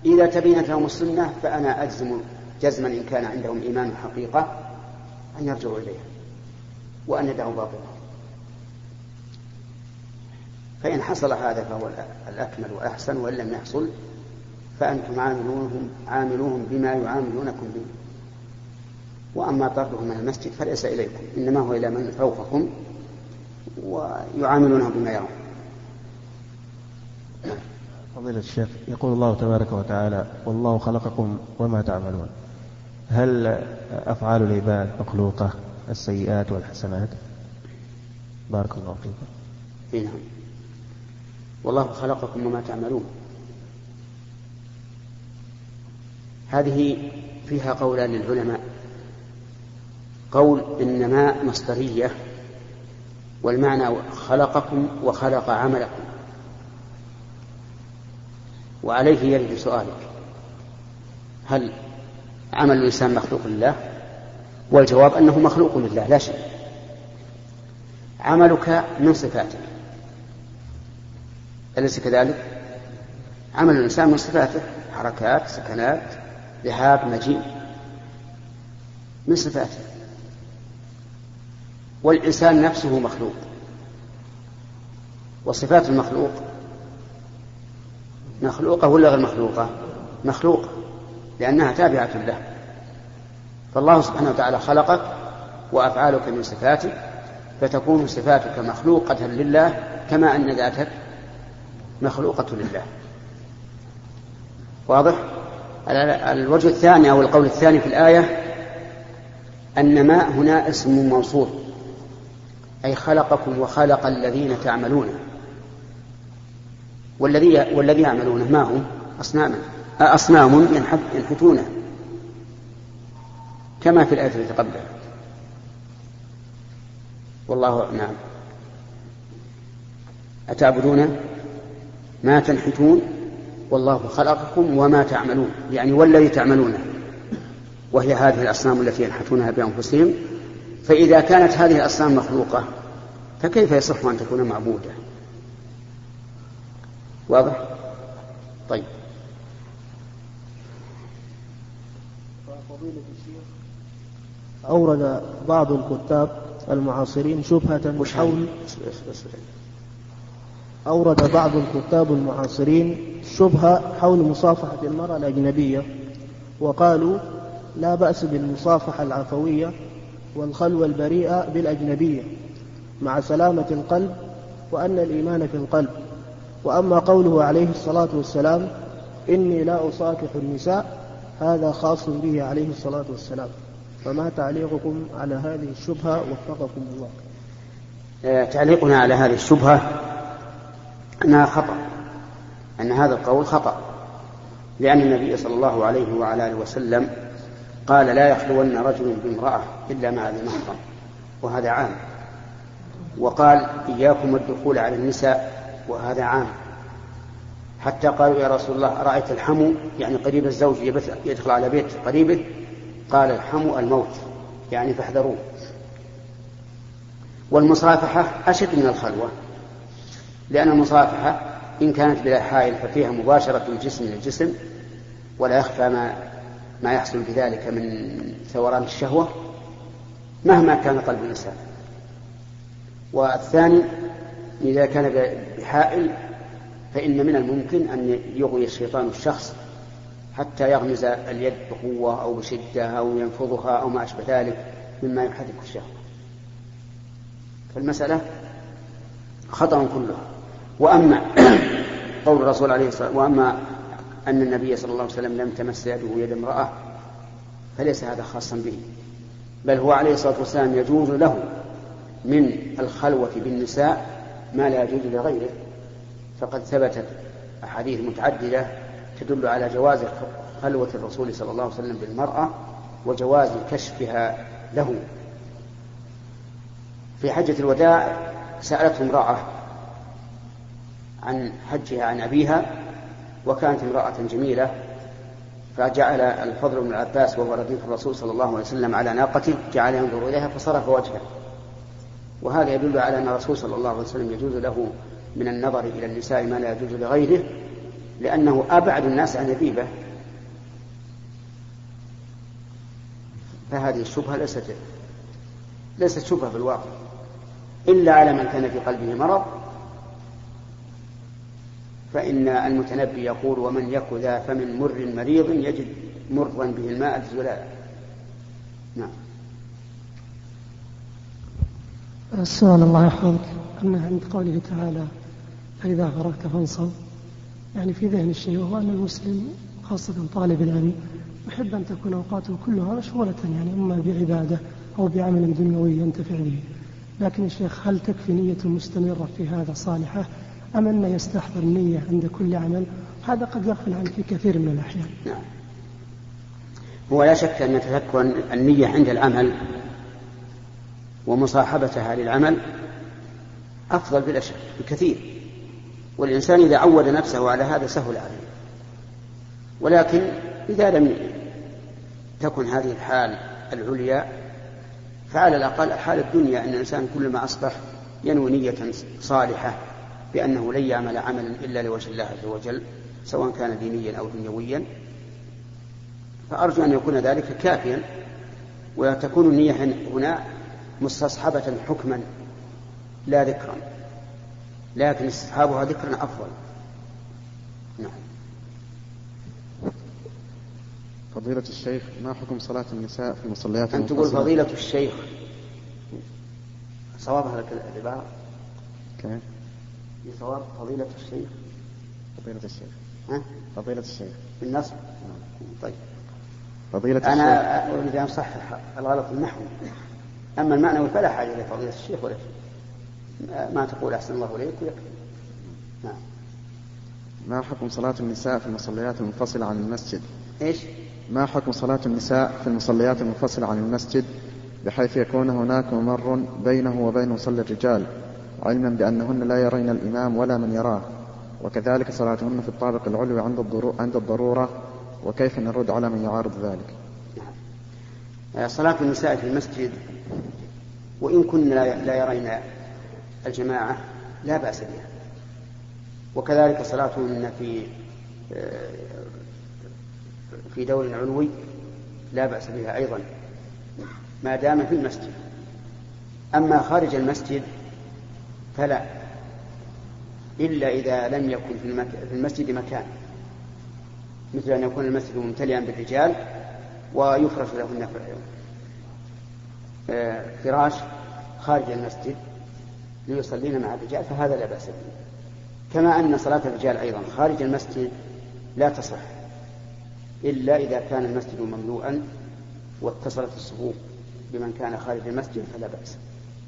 إذا تبينت لهم السنة فأنا أجزم جزما إن كان عندهم إيمان حقيقة أن يرجعوا إليها وأن يدعوا باطلا. فإن حصل هذا فهو الأكمل وأحسن، وإن لم يحصل فأنتم عاملوهم بما يعاملونكم به. وأما طردهم من المسجد فليس إليكم، إنما هو إلى من فوقكم ويعاملونهم بما يرون. فضيلة الشيخ، يقول الله تبارك وتعالى: والله خلقكم وما تعملون. هل أفعال العباد مخلوقة، السيئات والحسنات؟ بارك الله فيكم. نعم، والله خلقكم وما تعملون، هذه فيها قولان للعلماء. قول إنما مصدرية، والمعنى خلقكم وخلق عملكم. وعليه يرد سؤالك: هل عمل الإنسان مخلوق لله؟ والجواب أنه مخلوق لله لا شك. عملك من صفاته، أليس كذلك؟ عمل الإنسان من صفاته، حركات، سكنات، ذهاب، مجيء، من صفاته. والإنسان نفسه مخلوق، وصفات المخلوق مخلوقة ولا غير مخلوقة؟ مخلوقة، لأنها تابعة له. فالله سبحانه وتعالى خلقك وأفعالك من صفاته، فتكون صفاتك مخلوقة لله كما أن ذاتك مخلوقة لله. واضح؟ الوجه الثاني أو القول الثاني في الآية أن ما هنا اسم موصول، أي خلقكم وخلق الذين تعملون. والذي يعملونه ما هم؟ أصنام ينحتونه، كما في الآية التي قبلها. والله نعم، أتعبدون ما تنحتون والله خلقكم وما تعملون، يعني والذي تعملونه، وهي هذه الأصنام التي ينحتونها بأنفسهم. فإذا كانت هذه الأصنام مخلوقة فكيف يصح أن تكون معبودة؟ واضح؟ طيب. أورد بعض الكتاب المعاصرين شبهة حول حول مصافحة المرأة الأجنبية، وقالوا: لا بأس بالمصافحة العفوية والخلوة البريئة بالأجنبية مع سلامة القلب، وأن الإيمان في القلب. وأما قوله عليه الصلاة والسلام: إني لا أصافح النساء، هذا خاص به عليه الصلاة والسلام. فما تعليقكم على هذه الشبهة وفقكم الله؟ تعليقنا على هذه الشبهة أنها خطأ، أن هذا القول خطأ، لأن النبي صلى الله عليه وعلى آله وسلم قال: لا يخلون رجل بامرأة إلا مع ذي محرم، وهذا عام. وقال: إياكم الدخول على النساء، وهذا عام. حتى قالوا: يا رسول الله، أرأيت الحمو، يعني قريب الزوج يدخل على بيت قريبه؟ قال: الحمو الموت، يعني فاحذروه. والمصافحة أشد من الخلوة، لأن المصافحة إن كانت بلا حائل ففيها مباشرة الجسم للجسم، ولا يخفى ما يحصل بذلك من ثوران الشهوة مهما كان قلب الإنسان. والثاني إذا كان بحائل فإن من الممكن أن يغوي الشيطان الشخص حتى يغمز اليد بقوة أو بشدة أو ينفضها أو ما أشبه ذلك مما يحرك الشهوة. فالمسألة خطأ كلها. وأما قول الرسول عليه الصلاة والسلام: وأما أن النبي صلى الله عليه وسلم لم تمس يده يد امرأة، فليس هذا خاصا به، بل هو عليه الصلاة والسلام يجوز له من الخلوة بالنساء ما لا يجوز لغيره. فقد ثبتت أحاديث متعددة تدل على جواز خلوة الرسول صلى الله عليه وسلم بالمرأة وجواز كشفها له. في حجة الوداع سألته امرأة عن حجها عن أبيها، وكانت امرأة جميلة، فجعل الفضل بن العباس وهو رديف الرسول صلى الله عليه وسلم على ناقته جعل ينظر إليها فصرف وجهه. وهذا يدل على أن الرسول صلى الله عليه وسلم يجوز له من النظر إلى النساء ما لا يجوز لغيره، لأنه أبعد الناس عن الريبة. فهذه الشبهة ليست شبهة في الواقع إلا على من كان في قلبه مرض، فإن المتنبي يقول: ومن يك ذا فمن مر مريض يجد مرا به الماء الزلال. نعم. السؤال الله يحفظك، أن عند قوله تعالى: فإذا فرغت فانصب، يعني في ذهن الشيء وهو أن المسلم خاصة طالب العلم يحب أن تكون أوقاته كلها مشغولة، يعني إما بعبادة أو بعمل دنيوي ينتفع به. لكن الشيخ، هل تكفي نية مستمرة في هذا صالحة، أم أن يستحضر النية عند كل عمل؟ هذا قد يغفل عنه في كثير من الأحيان. نعم. هو لا شك أن تذكر النية عند العمل ومصاحبتها للعمل أفضل بلا شك بكثير، والإنسان إذا عود نفسه على هذا سهل عليه. ولكن إذا لم تكن هذه الحال العليا، فعلى الأقل حال الدنيا أن الإنسان كلما أصبح ينوي نية صالحة بأنه لن يعمل عملا إلا لوجه الله عز وجل، سواء كان دينيا أو دنيويا، فأرجو أن يكون ذلك كافيا، وتكون النية هنا مستصحبة حكما لا ذكرا، لكن استصحابها ذكرا أفضل. نعم. فضيلة الشيخ، ما حكم صلاة النساء في المصليات أن تقول فضيلة الشيخ، صوابها لك العبارة كيف؟ صواب فضيلة الشيخ. فضيلة الشيخ. ها؟ فضيلة الشيخ بالنصب. طيب. فضيلة الشيخ. أنا أريد أن أصحح الغلط النحوي، أما المعنوي فلا حاجة لفضيلة الشيخ ولا شيء، ما تقول أحسن الله إليك ويكفي. نعم. ما حكم صلاة النساء في المصليات المنفصلة عن المسجد؟ إيش؟ ما حكم صلاة النساء في المصليات المنفصلة عن المسجد بحيث يكون هناك ممر بينه وبين مصلى الرجال، علما بأنهن لا يرين الإمام ولا من يراه، وكذلك صلاتهن في الطابق العلوي عند الضرورة، وكيف نرد على من يعارض ذلك؟ صلاة النساء في المسجد وإن كنا لا يرين الجماعة لا بأس بها، وكذلك صلاتهن في دور علوي لا بأس بها أيضا ما دام في المسجد. أما خارج المسجد فلا، إلا إذا لم يكن في المسجد مكان، مثل أن يكون المسجد ممتلئا بالرجال ويفرش لهن فراش خارج المسجد ليصلين مع الرجال، فهذا لا بأس به. كما أن صلاة الرجال أيضا خارج المسجد لا تصح إلا إذا كان المسجد مملوءا واتصلت الصفوف بمن كان خارج المسجد فلا بأس.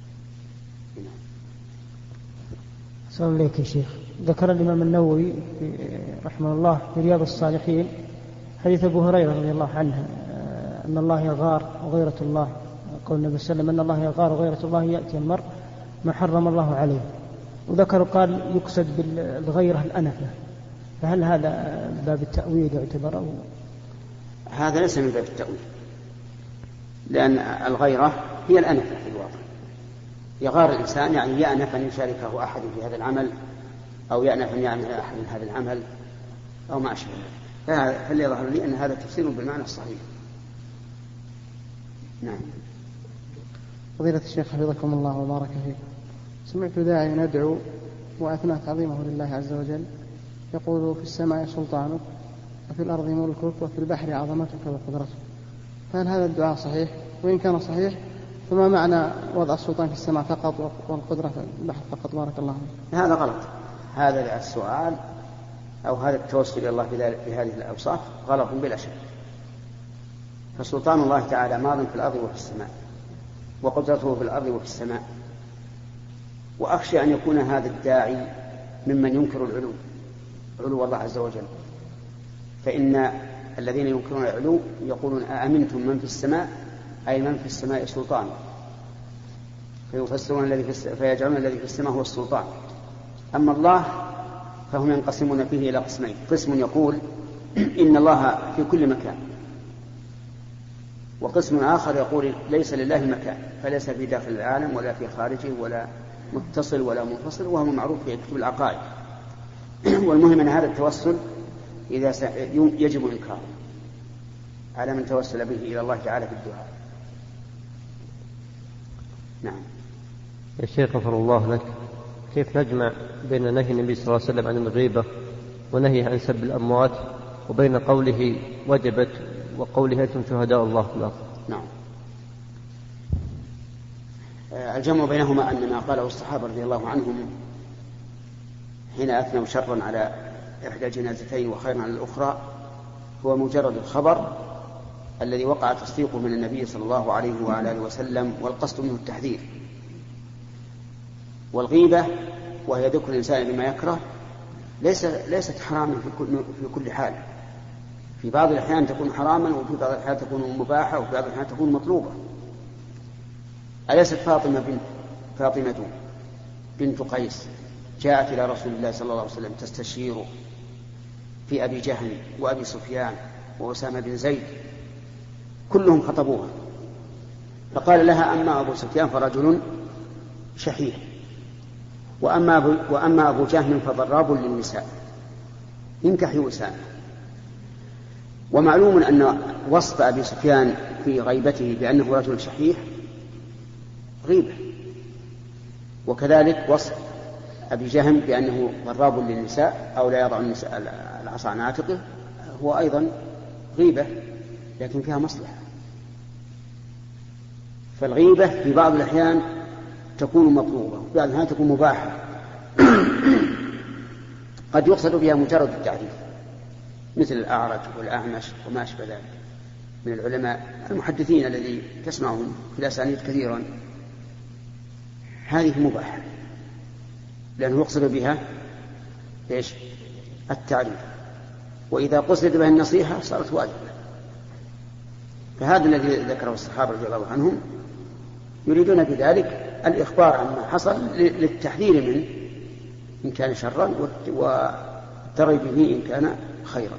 السلام عليكم يا شيخ. ذكر الإمام النووي رحمه الله في رياض الصالحين حديث أبو هريرة رضي الله عنه أن الله يغار وغيرة الله، قول النبي صلى الله عليه وسلم أن الله يغار وغيرة الله يأتي المرء ما حرم الله عليه، وذكر قال يقصد بالغيرة الأنفة، فهل هذا باب التأويل يعتبر أو؟ هذا ليس من باب التأويل، لأن الغيرة هي الأنفة في الواقع. يغار الإنسان يعني يأنف أن يشاركه أحد في هذا العمل، أو يأنف أن يعمل أحد من هذا العمل أو ما أشبه. فاللي يظهر لي أن هذا تفسير بالمعنى الصحيح. نعم. فضيلة الشيخ حفظكم الله وبارك فيكم، سمعت داعي ندعو وأثناء تعظيمه لله عز وجل يقول: في السماء سلطانك وفي الأرض ملكك وفي البحر عظمتك وقدرتك. فهل هذا الدعاء صحيح؟ وإن كان صحيح فما معنى وضع السلطان في السماء فقط والقدرة في البحر فقط؟ بارك الله فيك. هذا غلط، هذا السؤال أو هذا التوسل إلى الله بهذه الأوصاف غلط بلا شك. فسلطان الله تعالى ماض في الأرض وفي السماء، وقدرته في الأرض وفي السماء. وأخشى أن يكون هذا الداعي ممن ينكر علو الله عز وجل، فإن الذين ينكرون العلو يقولون: أأمنتم من في السماء، أي من في السماء سلطان، فيجعلون الذي في السماء هو السلطان. أما الله فهم ينقسمون فيه إلى قسمين: قسم يقول إن الله في كل مكان، وقسم آخر يقول ليس لله مكان، فليس في داخل العالم ولا في خارجه ولا متصل ولا منفصل، وهو معروف في كتب العقائد. والمهم أن هذا التوسل يجب إنكاره على من توسل به إلى الله تعالى في الدعاء. نعم. يا شيخ غفر الله لك، كيف نجمع بين نهي النبي صلى الله عليه وسلم عن الغيبة ونهي عن سب الأموات وبين قوله وجبت وقوله أنتم شهداء الله في الأرض؟ نعم. الجمع بينهما أن ما قاله الصحابة رضي الله عنهم حين أثنوا شرا على إحدى الجنازتين وخيرا على الأخرى هو مجرد الخبر الذي وقع تصديقه من النبي صلى الله عليه وعلى آله وسلم، والقصد منه التحذير. والغيبة وهي ذكر الإنسان بما يكره ليست حراما في كل حال. في بعض الأحيان تكون حراما، وفي بعض الأحيان تكون مباحة، وفي بعض الأحيان تكون مطلوبة. أليست فاطمة بنت قيس جاءت إلى رسول الله صلى الله عليه وسلم تستشير في أبي جهل وأبي سفيان وأسامة بن زيد، كلهم خطبوها، فقال لها أما أبو سفيان فرجل شحيح، وأما أبو جهل فضراب للنساء، انكحوا أسامة. ومعلوم أن وصف أبي سفيان في غيبته بأنه رجل شحيح غيبة، وكذلك وصف أبي جهم بأنه ضراب للنساء أو لا يضع العصا عن عاتقه هو أيضا غيبة، لكن فيها مصلحة. فالغيبة في بعض الأحيان تكون مطلوبة، وفي بعض الأحيان تكون مباحة. قد يقصد بها مجرد التعريف، مثل الأعرج والأعمش وما أشبه ذلك من العلماء المحدثين الذي تسمعهم في الأسانيد كثيرا، هذه مباحة لأنه يقصد بها إيش؟ التعريف. وإذا قصد بها النصيحة صارت واجبة. فهذا الذي ذكره الصحابة رضي الله عنهم يريدون بذلك الإخبار عما حصل للتحذير منه إن كان شرا والترغيب به إن كان خيرا.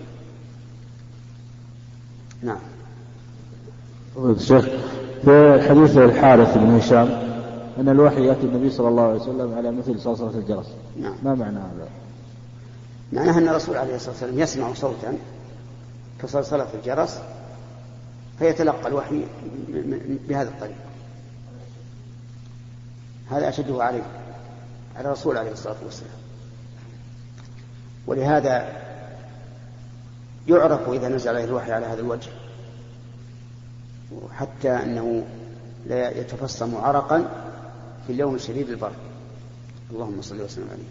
نعم. الشيخ في حديث الحارث بن هشام أن الوحي يأتي النبي صلى الله عليه وسلم على مثل صلصلة الجرس. نعم. ما معنى هذا؟ معناه أن الرسول عليه الصلاة والسلام يسمع صوتا كصلصلة الجرس فيتلقى الوحي بهذا الطريق. هذا أشده على الرسول عليه الصلاة والسلام. ولهذا يعرف إذا نزل عليه الوحي على هذا الوجه، حتى أنه لا يتفصم عرقا في اليوم الشديد البرد. اللهم صل وسلم عليه.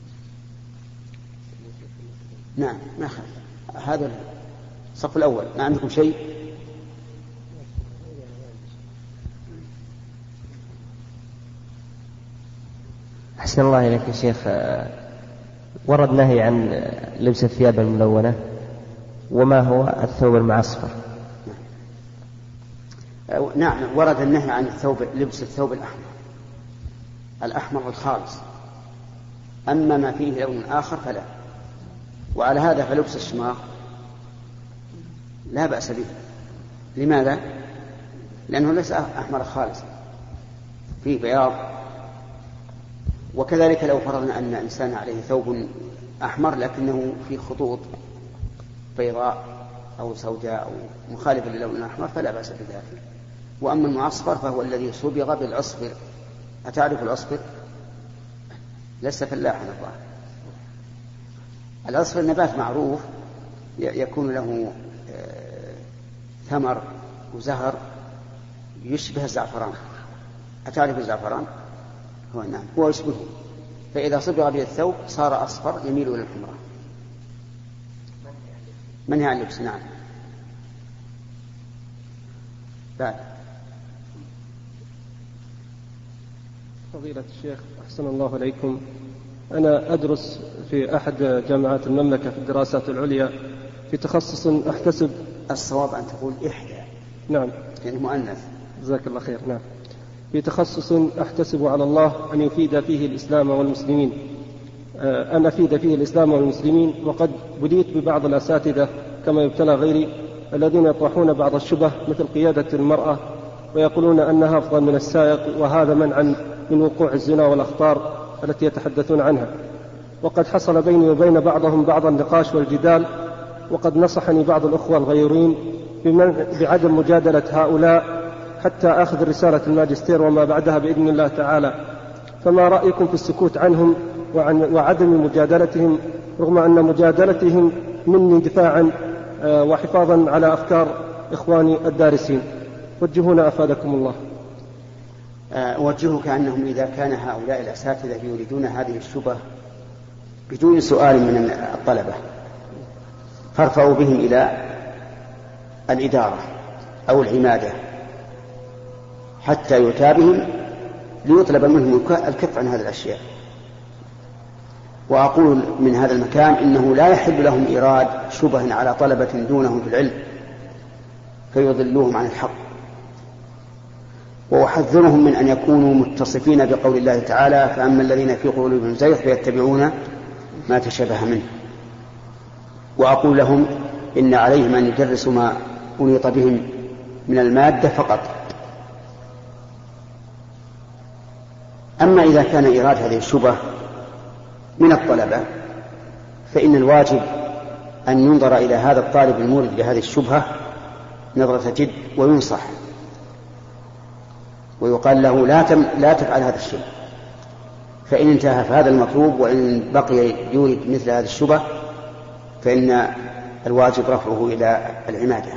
نعم. ما خالف. هذا الصف الأول. ما عندكم شيء؟ أحسن الله إليك يا شيخ. ورد نهي عن لبس الثياب الملونة، وما هو الثوب المعصفر؟ نعم، ورد النهي عن لبس الثوب الأحمر الخالص. أما ما فيه لون آخر فلا. وعلى هذا فلبس الشماغ لا بأس به. لماذا؟ لأنه ليس أحمر خالص، فيه بياض. وكذلك لو فرضنا أن إنسان عليه ثوب أحمر لكنه فيه خطوط بيضاء أو سوداء أو مخالفة للون الأحمر فلا بأس بذلك. وأما المعصفر فهو الذي صبغ بالعصفر. أتعرف العصفر؟ لست فلاحا الظاهر. العصفر نبات معروف يكون له ثمر وزهر يشبه الزعفران. أتعرف الزعفران؟ هو يشبهه. فإذا صبغ به الثوب صار أصفر يميل إلى الحمراء. منهي عن اللبس. نعم. بعد. فضيلة الشيخ أحسن الله إليكم، أنا أدرس في أحد جامعات المملكة في الدراسات العليا في تخصص أحتسب. الصواب أن تقول إحدى. نعم. يعني مؤنث. جزاك الله خير. نعم. في تخصص أحتسب على الله أن يفيد فيه الإسلام والمسلمين، أن أفيد فيه الإسلام والمسلمين، وقد بليت ببعض الأساتذة كما يبتلى غيري الذين يطرحون بعض الشبه مثل قيادة المرأة ويقولون أنها أفضل من السائق، وهذا منعا من وقوع الزنا والأخطار التي يتحدثون عنها. وقد حصل بيني وبين بعضهم بعض النقاش والجدال وقد نصحني بعض الأخوة الغيورين بعدم مجادلة هؤلاء حتى أخذ رسالة الماجستير وما بعدها بإذن الله تعالى، فما رأيكم في السكوت عنهم وعدم مجادلتهم رغم أن مجادلتهم مني دفاعا وحفاظا على أفكار إخواني الدارسين؟ وجهونا أفادكم الله. أوجهك أنهم إذا كان هؤلاء الأساتذة يريدون هذه الشبه بدون سؤال من الطلبة فارفعوا بهم إلى الإدارة أو العمادة حتى يؤتى بهم ليطلب منهم الكف عن هذه الأشياء. وأقول من هذا المكان إنه لا يحل لهم إيراد شبه على طلبة دونهم في العلم فيضلوهم عن الحق، وأحذرهم من أن يكونوا متصفين بقول الله تعالى: فأما الذين في قلوبهم زيغ فيتبعون ما تشابه منه. وأقول لهم إن عليهم أن يدرسوا ما أنيط بهم من المادة فقط. أما إذا كان إيراد هذه الشبه من الطلبة فإن الواجب أن ينظر إلى هذا الطالب المورد بهذه الشبهة نظرة جد وينصح ويقال له لا تفعل هذا الشيء، فإن انتهى فهذا المطلوب، وإن بقي يورد مثل هذه الشبه فإن الواجب رفعه إلى العمادة.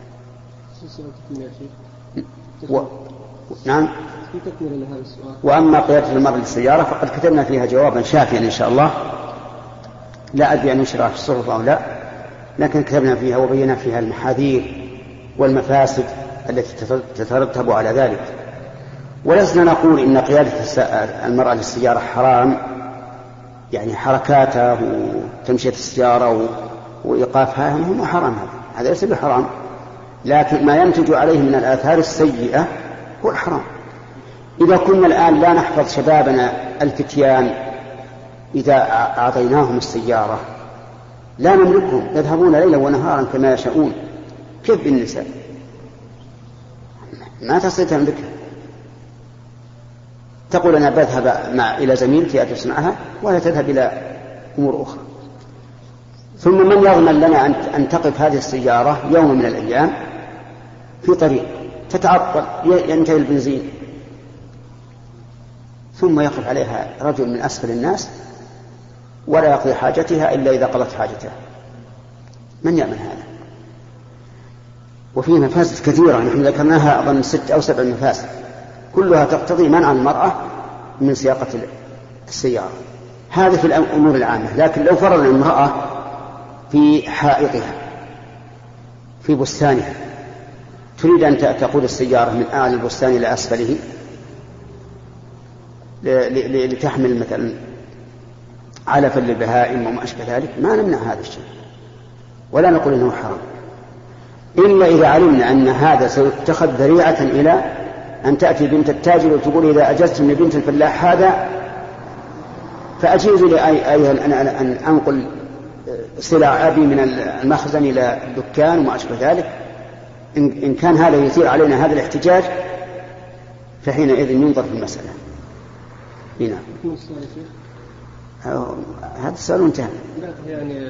نعم. وأما قيادة المرء للسيارة فقد كتبنا فيها جوابا شافيا إن شاء الله، لا أدري أن نشرها في الصحف أو لا، لكن كتبنا فيها وبينا فيها المحاذير والمفاسد التي تترتب على ذلك. ولسنا نقول إن قيادة المرأة للسيارة حرام، يعني حركاتها وتمشية السيارة وإيقافها هم حرام، هذا ليس بحرام، لكن ما ينتج عليه من الآثار السيئة هو الحرام. إذا كنا الآن لا نحفظ شبابنا الفتيان إذا أعطيناهم السيارة لا نملكهم، يذهبون ليلا ونهارا كما يشاءون، كيف بالنساء؟ ما تستطيع تملكها. تقول أنا بذهب إلى زميلتي أدرس معها ولا تذهب إلى أمور أخرى. ثم من يضمن لنا أن تقف هذه السيارة يوم من الأيام في طريق تتعطل ينتهي البنزين ثم يقف عليها رجل من أسفل الناس ولا يقضي حاجتها إلا إذا قضت حاجتها؟ من يأمن هذا؟ وفيه مفاسد كثيرة نحن ذكرناها أظن 6 أو 7 مفاسد كلها تقتضي منع المرأة من سياقة السيارة. هذا في الأمور العامة. لكن لو فرضنا امرأة في حائطها في بستانها تريد أن تقود السيارة من أعلى البستان إلى أسفله لتحمل مثلا علفا للبهائم وما أشبه ذلك، ما نمنع هذا الشيء ولا نقول إنه حرام، إلا إذا علمنا أن هذا سيتخذ ذريعة إلى أن تأتي بنت التاجر وتقول إذا أجزت من بنت الفلاح هذا فأجيز لي أن أنقل سلع أبي من المخزن إلى الدكان وما أشبه ذلك. إن كان هذا يثير علينا هذا الاحتجاج فحينئذ ينظر في المسألة. هنا هذا السؤال انتهى. يعني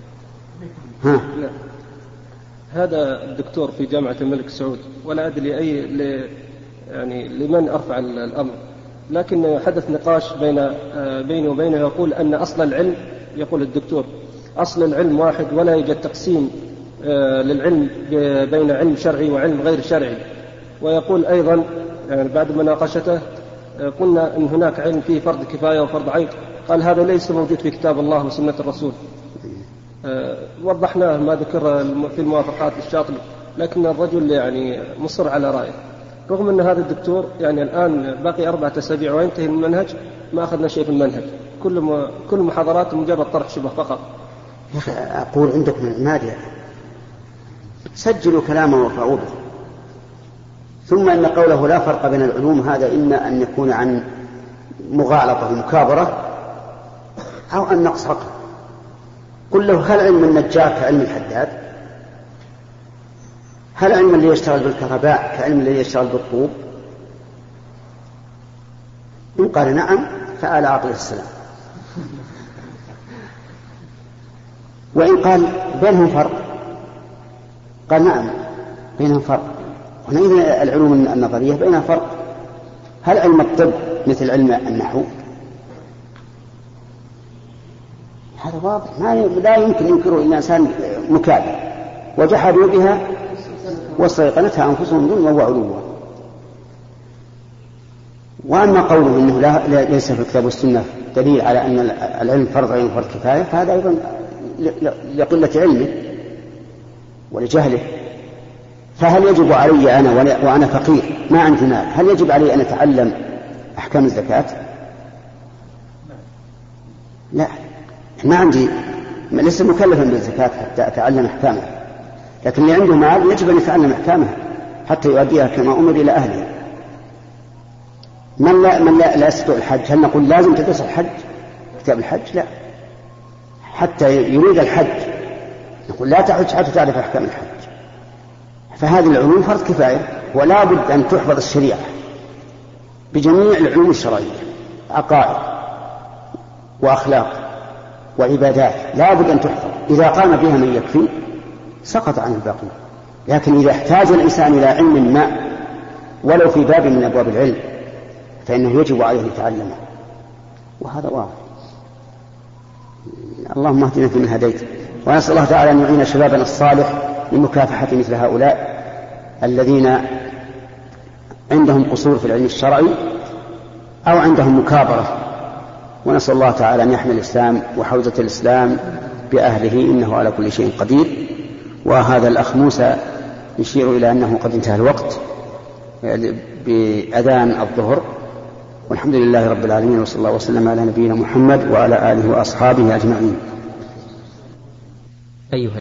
هذا الدكتور في جامعة الملك سعود ولا أدري يعني لمن أرفع الأمر، لكن حدث نقاش بيني وبينه يقول أن أصل العلم، يقول الدكتور أصل العلم واحد ولا يوجد تقسيم للعلم بين علم شرعي وعلم غير شرعي. ويقول أيضا يعني بعد مناقشته قلنا أن هناك علم فيه فرض كفاية وفرض عين، قال هذا ليس موجود في كتاب الله وسنة الرسول. وضحناه ما ذكر في الموافقات الشاطئة، لكن الرجل يعني مصر على رأيه رغم أن هذا الدكتور يعني الآن باقي 4 أسابيع وينتهي المنهج، ما أخذنا شيء في المنهج، كل محاضرات مجرد طرح شبه فقط. يا أخي أقول عندكم المادة سجلوا كلامه وفعوا به. ثم إن قوله لا فرق بين العلوم هذا إما أن يكون عن مغالطة ومكابرة أو أن نقص عقل. قل له هل علم النجار كعلم الحداد؟ هل علم اللي يشتغل بالكهرباء كعلم اللي يشتغل بالطوب؟ إن قال نعم فآل عقل السلام. وإن قال بينهم فرق، قال نعم بينهم فرق، هنا العلوم النظرية بينها فرق. هل علم الطب مثل علم النحو؟ هذا واضح، لا يمكن ينكره إلا إنسان مكابر. وجحدوا بها واستيقنتها أنفسهم ظلما وعلوا. وأما قوله إنه ليس في الكتاب والسنة دليل على أن العلم فرض عين وفرض كفاية، فهذا أيضا لقلة علمه ولجهله. فهل يجب علي أنا وأنا فقير ما عندي مال، هل يجب علي أن أتعلم أحكام الزكاة؟ لا، ما عندي، لست مكلفا بالزكاة حتى أتعلم أحكامها، لكن اللي عنده مال يجب أن يتعلم أحكامها حتى يؤديها كما أمر إلى أهله. من لا يستطيع الحج، هل نقول لازم تدرس الحج كتاب الحج؟ لا، حتى يريد الحج نقول لا تحج حتى تعرف أحكام الحج. فهذه العلوم فرض كفاية، ولا بد أن تحفظ الشريعة بجميع العلوم الشرعية، عقائد وأخلاق وعبادات، لا بد أن تحفظ. إذا قام بها من يكفي سقط عن الباقي. لكن إذا احتاج الإنسان إلى علم ما ولو في باب من أبواب العلم فإنه يجب عليه يتعلمه، وهذا واضح. اللهم اهدنا فيمن هديت، ونسأل الله تعالى أن يعين شبابنا الصالح لمكافحة مثل هؤلاء الذين عندهم قصور في العلم الشرعي أو عندهم مكابرة. ونسأل الله تعالى أن يحمل الإسلام وحوزة الإسلام بأهله، إنه على كل شيء قدير. وهذا الأخ موسى يشير إلى أنه قد انتهى الوقت بأذان الظهر، والحمد لله رب العالمين، وصلى الله وسلم على نبينا محمد وعلى آله وأصحابه أجمعين.